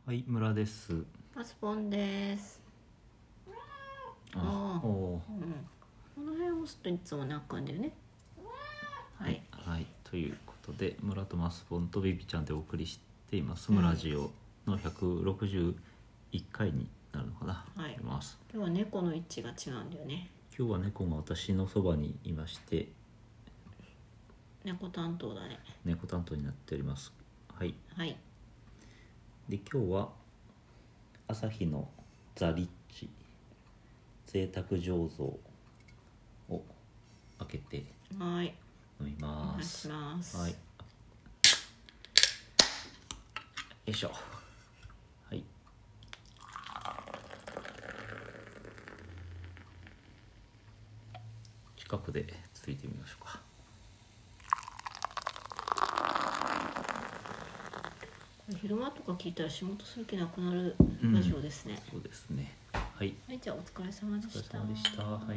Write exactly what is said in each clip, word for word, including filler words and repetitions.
はい、村です。 パスポンです。 あおお、 うん、この辺を押すといつも泣くんだよね。 はい、はい、ということで村とマスポンとビビちゃんでお送りしています、うん、村ジオのひゃくろくじゅういっかいになるのかな、 はい、 ます。 今日は猫の位置が違うんだよね。 今日は猫が私のそばにいまして、 猫担当だね。 猫担当になっております。はい、 はい、 で今日は朝日のザリッチ贅沢醸造を開けてはい飲みます。 お願いします。 はい、よいしょ。はい、近くでついてみましょうか。 昼間とか聞いたら仕事する気なくなるラジオですね、 うん、そうですね。はい、 はい、じゃあお疲れ様でした。 お疲れ様でした。はい、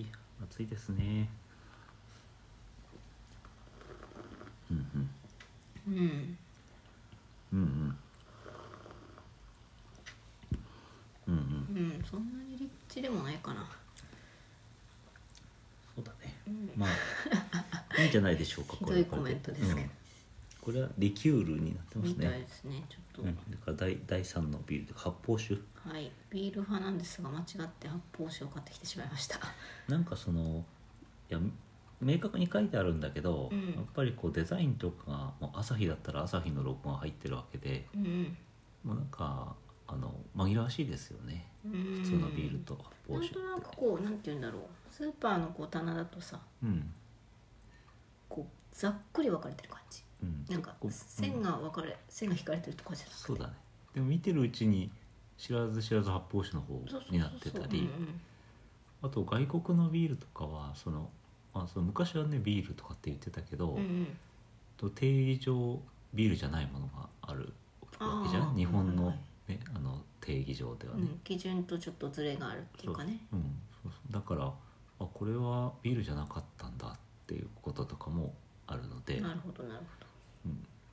暑いですね。うんうんうんうんうんうんうんそんなにリッチでもないかな。 そうだね、 うん、 まあいいんじゃないでしょうか。 ひどいコメントですけど、うん、 これはリキュールになってますね。 みたいですね。ちょっと、 うん、だから第第三のビールで発泡酒。 はい、ビール派なんですが間違って発泡酒を買ってきてしまいました。 なんかそのいや明確に書いてあるんだけど、 うん、 やっぱりこうデザインとかがもう朝日だったら朝日のロゴが入ってるわけで、 うん、 もうなんかあの紛らわしいですよね、 うん、 普通のビールと発泡酒って。 なんとなくこうなんて言うんだろう、スーパーのこう棚だとさ、 うん、 こうざっくり分かれてる感じ、 うん、 なんか線が分かれ、うん、線が引かれてるとかじゃなくて、 そうだね。でも見てるうちに知らず知らず発泡酒の方になってたり、あと外国のビールとかはその、まあ、その昔はねビールとかって言ってたけど、 うんうん、 と定義上ビールじゃないものがあるわけじゃん、日本の、ね、あの定義上ではね、うん、 基準とちょっとズレがあるっていうかね。 そう、うん、そうそう、だからあこれはビールじゃなかったんだっていうこととかもあるので、 なるほどなるほ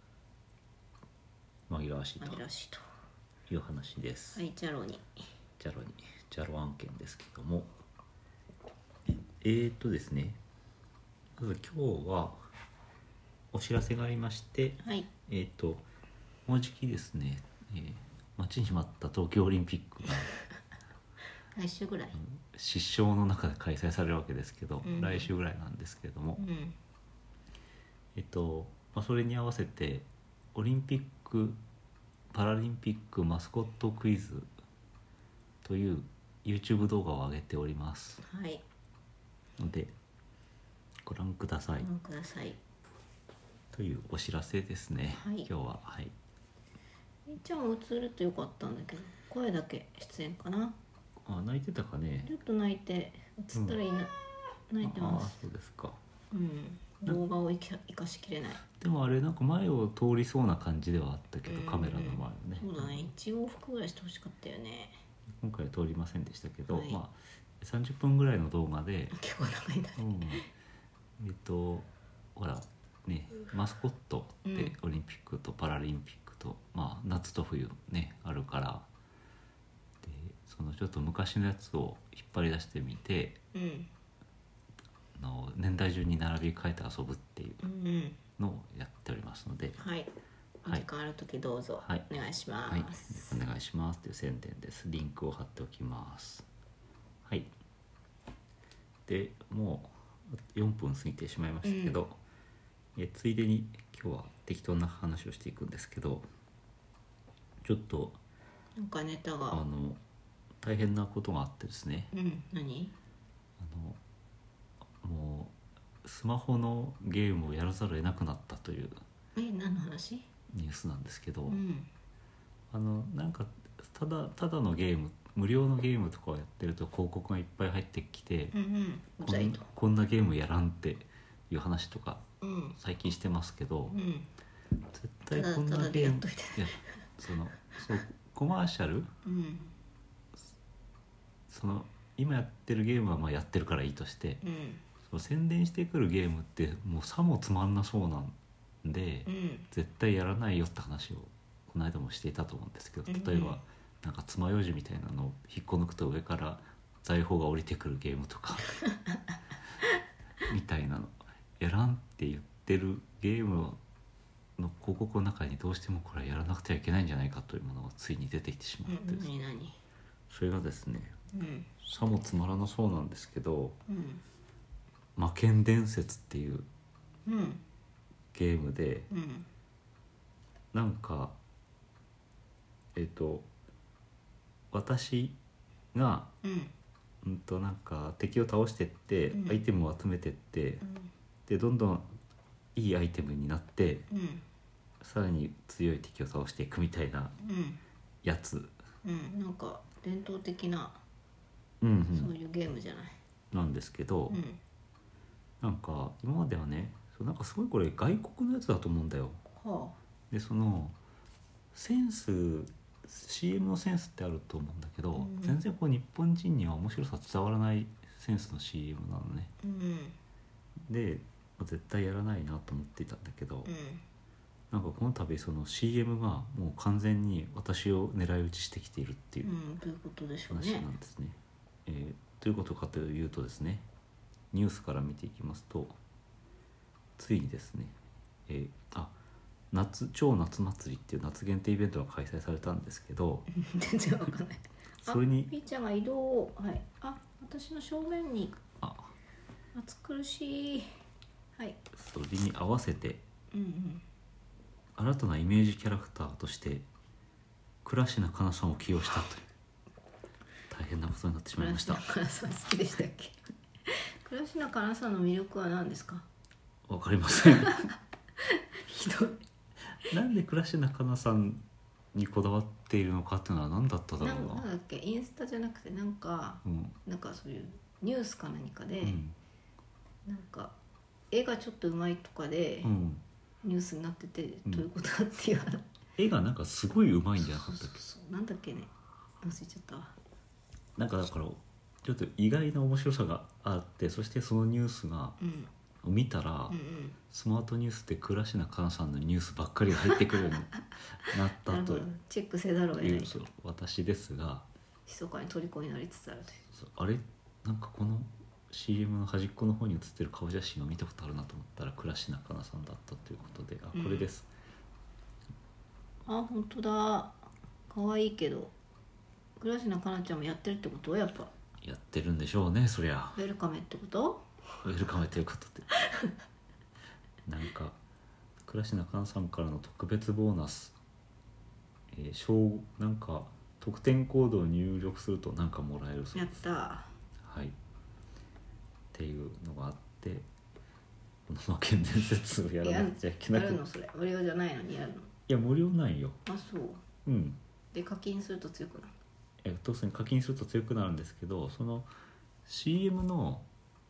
ど、うん、紛らわしいと紛らわしいという話です。 はい、ジャロにジャロにジャロ案件ですけども、えーとですねまず今日はお知らせがありまして、 はい、 えーともうじきですね、えー、待ちに待った東京オリンピックが来週ぐらい、うん、 失笑の中で開催されるわけですけど、うん、来週ぐらいなんですけれども、 うん、 えっと、まあ、それに合わせてオリンピックパラリンピックマスコットクイズという YouTube 動画を上げております、 はい、 のでご覧ください。 ご覧くださいというお知らせですね、 はい、 今日は。はい、 みーちゃん映るとよかったんだけど声だけ出演かな。 あ、泣いてたかね。 ちょっと泣いて映ったらいいな、うん、泣いてます。 あ、そうですか。 うん、動画を生かしきれない。 でもあれなんか前を通りそうな感じではあったけど、うん、カメラの前をね。 そうだね、いち往復ぐらいしてほしかったよね。 今回は通りませんでしたけど、 はい、 まあさんじゅっぷんぐらいの動画で結構長いんだね、うん、 えっとほらね、マスコットってオリンピックとパラリンピックと、うん、まあ夏と冬ねあるから、でそのちょっと昔のやつを引っ張り出してみて、うん、あの年代順に並び替えて遊ぶっていうのをやっておりますので、 うん、はい、お時間ある時どうぞお願いします、はいはい、 お願いしますという宣伝です。リンクを貼っておきます。はい、でもうよんぷん過ぎてしまいましたけど、うん、えついでに今日は適当な話をしていくんですけど、ちょっとなんかネタがあの大変なことがあってですね、 うん、何？ あのもうスマホのゲームをやらざるを得なくなったというえ何の話？ ニュースなんですけど、 うん、 あのなんかただただのゲーム無料のゲームとかをやってると広告がいっぱい入ってきて、 うんうん、 こん、こんなゲームやらんっていう話とか最近してますけど、 うん、 絶対こんなゲームいやそのそうコマーシャル、うん、その今やってるゲームはまあやってるからいいとして、うん、その宣伝してくるゲームってもうさもつまんなそうなんで、うん、絶対やらないよって話をこの間もしていたと思うんですけど、 うんうん例えばなんか爪楊枝みたいなのを引っこ抜くと上から財宝が降りてくるゲームとかみたいなのやらんって言ってるゲームの広告の中にどうしてもこれはやらなくてはいけないんじゃないかというものがついに出てきてしまってですね、 何何それがですねうんさもつまらなそうなんですけどうん 「魔剣伝説」っていううんゲームでうんなんかえっ、と私がうんうんとなんか敵を倒してってうんアイテムを集めてってでどんどんいいアイテムになってうんさらに強い敵を倒していくみたいなうんやつ、 うんなんか伝統的なうんそういうゲームじゃないうん、なんですけど、 うんなんか今まではねそうなんかすごいこれ外国のやつだと思うんだよ。 はでそのセンス シーエム のセンスってあると思うんだけど、 うん全然こう日本人には面白さ伝わらないセンスの シーエム なのね。 あうんで絶対やらないなと思っていたんだけど、 うんなんかこの度その シーエム がもう完全に私を狙い撃ちしてきているっていううんどういうことでしょう話ねなんですね。えーどういうことかというとですね、ニュースから見ていきますとついにですね、えーあ夏超夏祭りっていう夏限定イベントが開催されたんですけど、 全然わかんないそれにあピーちゃんが移動をはいあ私の正面にあ暑苦しいはいそれに合わせてうんうん新たなイメージキャラクターとして倉科カナさんを起用したという大変なことになってしまいました。 倉科さん好きでしたっけ倉科かなさんの魅力は何ですかわかりませんひどいなんで倉科カナさんにこだわっているのかっていうのは何だっただなろうな。 んなんだっけインスタじゃなくてなんかうんなんかそういうニュースか何かで、 うんなんか絵がちょっと上手いとかでうん、 ニュースになってて、 うんどういうことだっていう話、 絵がなんかすごいうまいんじゃなかそうったっけ。 そうそうなんだっけね忘れちゃったわなんかだからちょっと意外な面白さがあって、そしてそのニュースがうんを見たら、 うんうんスマートニュースで倉科カナさんのニュースばっかりが入ってくるようになったとなるほどチェックせざるを得ないというそう私ですが、 密かに虜になりつつあるというそうあれなんかこの シーエム の端っこの方に写ってる顔写真を見たことあるなと思ったら倉科カナさんだったということで、あこれです、 あ本当だ可愛いけど倉科かなちゃんもやってるってことはやっぱやってるんでしょうねそりゃ。 ウェルカメってことウェルカメということでなんか倉科カナさんからの特別ボーナス、えー、小なんか得点コードを入力するとなんかもらえるそうやっです。 たはい、っていうのがあってこの魔剣伝説をやらなくちゃいけなくいやるのそれ無料じゃないのにやるのや無料なんよ。 あそううんで課金すると強くなるえー当然課金すると強くなるんですけど、その シーエム の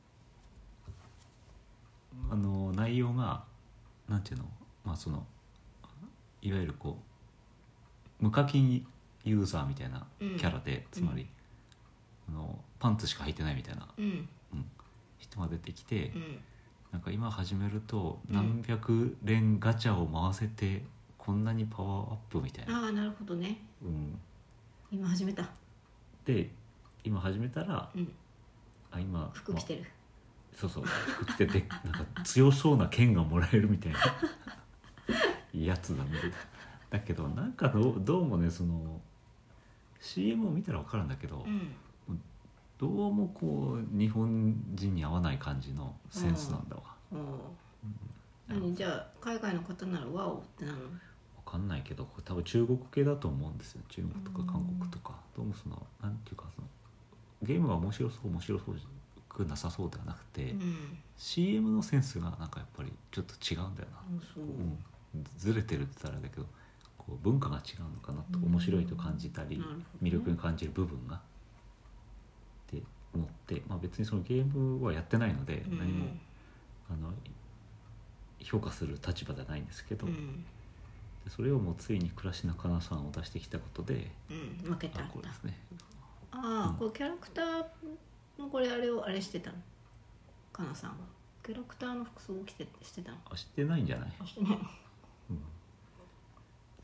あの内容がなんていうの、まあそのいわゆるこう無課金ユーザーみたいなキャラで、 うんつまり、あのパンツしか履いてないみたいな、 うんうん、人が出てきて、 うんなんか今始めるとうん何百連ガチャを回せてこんなにパワーアップみたいな、 ああなるほどねうん、 今始めたで今始めたらうんあ今服着てるそうそう服着ててなんか強そうな剣がもらえるみたいなやつだね。だけどなんかどうどうもねその シーエム を見たら分かるんだけど、 うんどうもこう日本人に合わない感じのセンスなんだわ。 おお何じゃあ海外の方ならワオってなるの分かんないけどこれ多分中国系だと思うんですよ。中国とか韓国とかどうもそのなんていうかそのゲームが面白そう面白そうくなさそうではなくて、 うんシーエム のセンスがなんかやっぱりちょっと違うんだよな。 あそううん、ずれてるって言ったらあれだけどこう文化が違うのかなと面白いと感じたり、 なるほどね魅力に感じる部分がって思って、まあ、別にそのゲームはやってないのでうん何も、あの評価する立場じゃないんですけど、でうんそれをもうついに倉科カナさんを出してきたことで、 うん負けたあんだこうですねああ、 うんこれキャラクターのこれあれをあれしてたのかなさんはキャラクターの服装を着てしてたのあ知ってないんじゃない、 あしてないうん、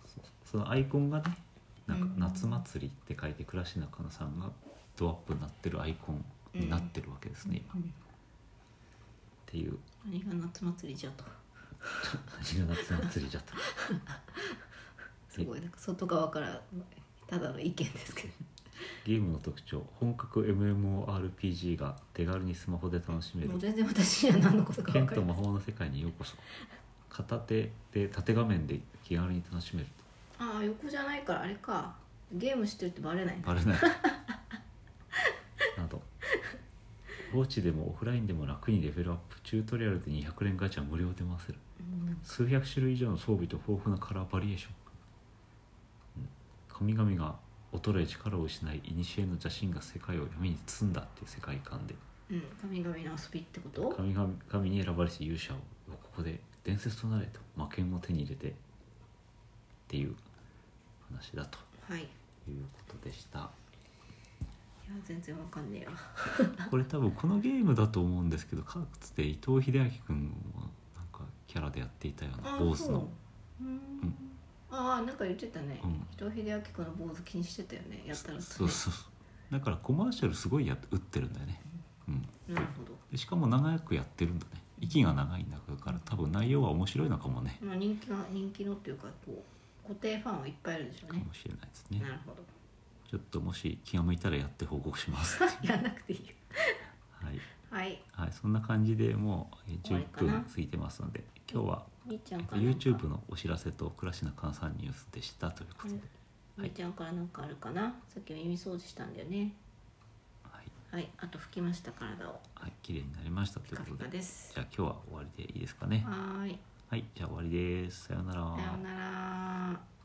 そのアイコンがねなんかうん夏祭りって書いて倉科香菜さんがドアップになってるアイコンになってるわけですね、今っうんていう何が夏祭りじゃと何が夏祭りじゃとすごいなんか外側からただの意見ですけどゲームの特徴、本格 エムエムオーアールピージー が手軽にスマホで楽しめるもう全然私には何のことか分剣かりません。 と魔法の世界にようこそ、片手で縦画面で気軽に楽しめるああ横じゃないからあれか、ゲームしてるってバレないんだ。 とバレないなど、おうちでもオフラインでも楽にレベルアップ、チュートリアルでにひゃくれんガチャ無料で回せる、 うん数百種類以上の装備と豊富なカラーバリエーション、うん神々が衰え力を失い古の邪神が世界を闇に包んだっていう世界観で、 うん、神々の遊びってこと？ 神々神に選ばれし勇者をここで伝説となれと魔剣を手に入れてっていう話だとはい。いいうことでした。 や全然わかんねえわ。 これ多分このゲームだと思うんですけど、かつて伊藤英明君はなんかキャラでやっていたようなあ坊主の、 ううん、 んああなんか言ってたね。 うん伊藤英明君の坊主気にしてたよね。やったらとね。 そうそうそうだからコマーシャルすごいやっ打ってるんだよね、うん、 なるほど。 でしかも長くやってるんだね。息が長いんだから多分内容は面白いのかもね、 まあ人気が人気のっていうかこう固定ファンはいっぱいいるでしょうね。 かもしれないですね。 なるほど。 ちょっともし気が向いたらやって報告しますやらなくていいよ。 はい、 はい。 はい、そんな感じでもうえー10 終わりかな分過ぎてますので、今日はみーちゃんえっとからなんか YouTube のお知らせと倉科香菜さんニュースでしたということで、 みーちゃんからなんかあるかな。さっき耳掃除したんだよね。 はいはい。あと拭きました体を。 はい、綺麗になりましたというピカピことで、 カです。 じゃあ今日は終わりでいいですかね。 はーい。 はい、じゃあ終わりです。さようなら。 さようなら。